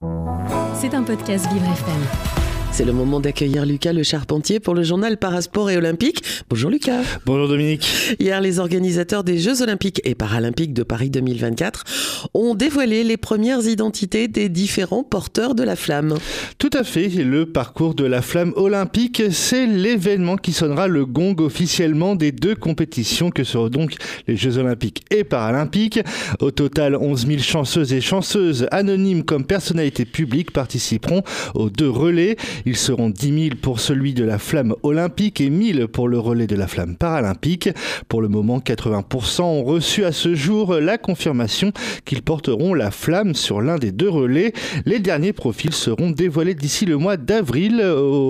C'est un podcast Vivre FM. C'est le moment d'accueillir Lucas Le Charpentier pour le journal Parasport et Olympique. Bonjour Lucas. Bonjour Dominique. Hier, les organisateurs des Jeux Olympiques et Paralympiques de Paris 2024 ont dévoilé les premières identités des différents porteurs de la flamme. Tout à fait, le parcours de la flamme olympique, c'est l'événement qui sonnera le gong officiellement des deux compétitions que seront donc les Jeux Olympiques et Paralympiques. Au total, 11 000 chanceuses et chanceuses anonymes comme personnalités publiques participeront aux deux relais. Ils seront 10 000 pour celui de la flamme olympique et 1 000 pour le relais de la flamme paralympique. Pour le moment, 80% ont reçu à ce jour la confirmation qu'ils porteront la flamme sur l'un des deux relais. Les derniers profils seront dévoilés d'ici le mois d'avril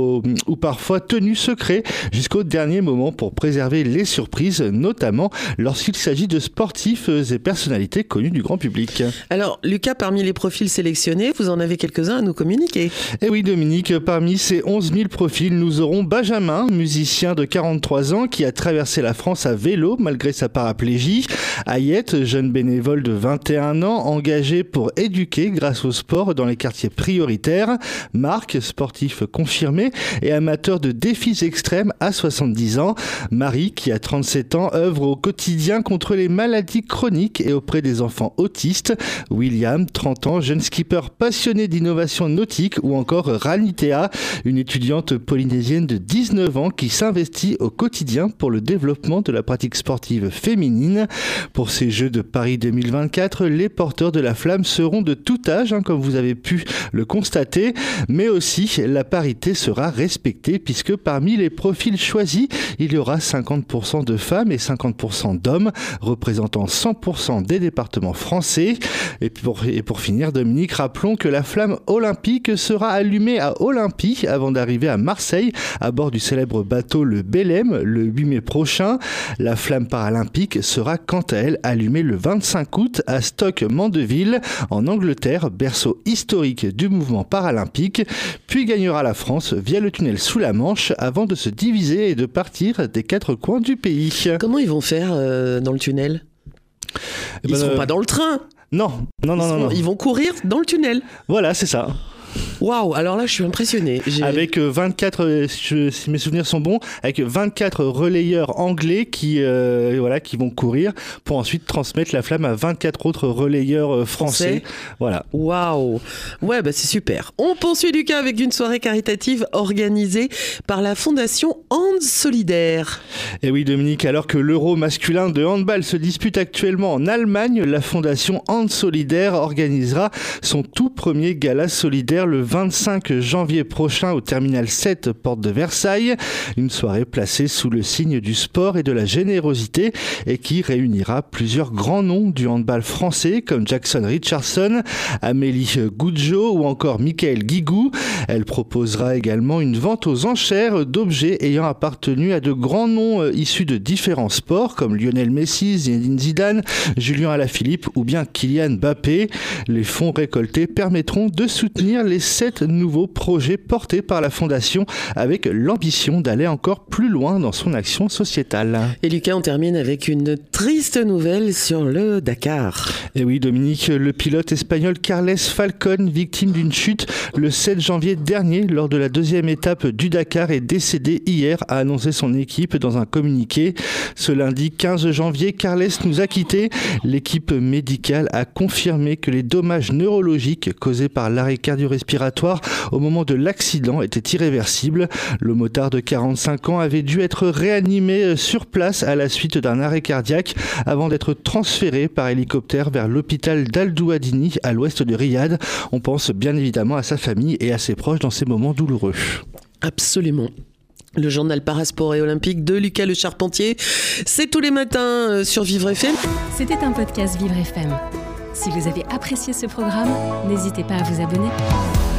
ou parfois tenus secrets jusqu'au dernier moment pour préserver les surprises, notamment lorsqu'il s'agit de sportifs et personnalités connues du grand public. Alors Lucas, parmi les profils sélectionnés, vous en avez quelques-uns à nous communiquer. Eh oui Dominique, parmi ces 11 000 profils, nous aurons Benjamin, musicien de 43 ans qui a traversé la France à vélo malgré sa paraplégie. Ayette, jeune bénévole de 21 ans, engagé pour éduquer grâce au sport dans les quartiers prioritaires. Marc, sportif confirmé et amateur de défis extrêmes à 70 ans. Marie, qui a 37 ans, œuvre au quotidien contre les maladies chroniques et auprès des enfants autistes. William, 30 ans, jeune skipper passionné d'innovation nautique, ou encore Ranitea, une étudiante polynésienne de 19 ans qui s'investit au quotidien pour le développement de la pratique sportive féminine. Pour ces Jeux de Paris 2024, les porteurs de la flamme seront de tout âge, comme vous avez pu le constater, mais aussi la parité sera respectée puisque parmi les profils choisis, il y aura 50% de femmes et 50% d'hommes, représentant 100% des départements français. Et pour finir, Dominique, rappelons que la flamme olympique sera allumée à Olympie avant d'arriver à Marseille à bord du célèbre bateau le Belém le 8 mai prochain. La flamme paralympique sera quant à elle allumée le 25 août à Stoke-Mandeville en Angleterre, berceau historique du mouvement paralympique, puis gagnera la France via le tunnel sous la Manche avant de se diviser et de partir des quatre coins du pays. Comment ils vont faire dans le tunnel ? Ils ne seront pas dans le train. Non. Ils vont courir dans le tunnel. Voilà, c'est ça. Waouh, alors là je suis impressionné. Avec 24, si mes souvenirs sont bons, avec 24 relayeurs anglais qui vont courir pour ensuite transmettre la flamme à 24 autres relayeurs français. Voilà. Waouh. Ouais, c'est super. On poursuit Lucas avec une soirée caritative organisée par la Fondation Hand Solidaire. Et oui Dominique, alors que l'Euro masculin de handball se dispute actuellement en Allemagne, la Fondation Hand Solidaire organisera son tout premier gala solidaire le 25 janvier prochain au terminal 7 porte de Versailles. Une soirée placée sous le signe du sport et de la générosité et qui réunira plusieurs grands noms du handball français comme Jackson Richardson, Amélie Goudzo ou encore Michael Guigou. Elle proposera également une vente aux enchères d'objets ayant appartenu à de grands noms issus de différents sports comme Lionel Messi, Zinedine Zidane, Julien Alaphilippe ou bien Kylian Mbappé. Les fonds récoltés permettront de soutenir les 7 nouveaux projets portés par la Fondation avec l'ambition d'aller encore plus loin dans son action sociétale. Et Lucas, on termine avec une triste nouvelle sur le Dakar. Et oui Dominique, le pilote espagnol Carles Falcón, victime d'une chute le 7 janvier dernier lors de la deuxième étape du Dakar, est décédé hier, a annoncé son équipe dans un communiqué. Ce lundi 15 janvier, Carles nous a quittés. L'équipe médicale a confirmé que les dommages neurologiques causés par l'arrêt cardio-respiratoire au moment de l'accident était irréversible. Le motard de 45 ans avait dû être réanimé sur place à la suite d'un arrêt cardiaque avant d'être transféré par hélicoptère vers l'hôpital d'Al-Douadini à l'ouest de Riyad. On pense bien évidemment à sa famille et à ses proches dans ces moments douloureux. Absolument. Le journal Parasport et Olympique de Lucas Le Charpentier, c'est tous les matins sur Vivre FM. C'était un podcast Vivre FM. Si vous avez apprécié ce programme, n'hésitez pas à vous abonner.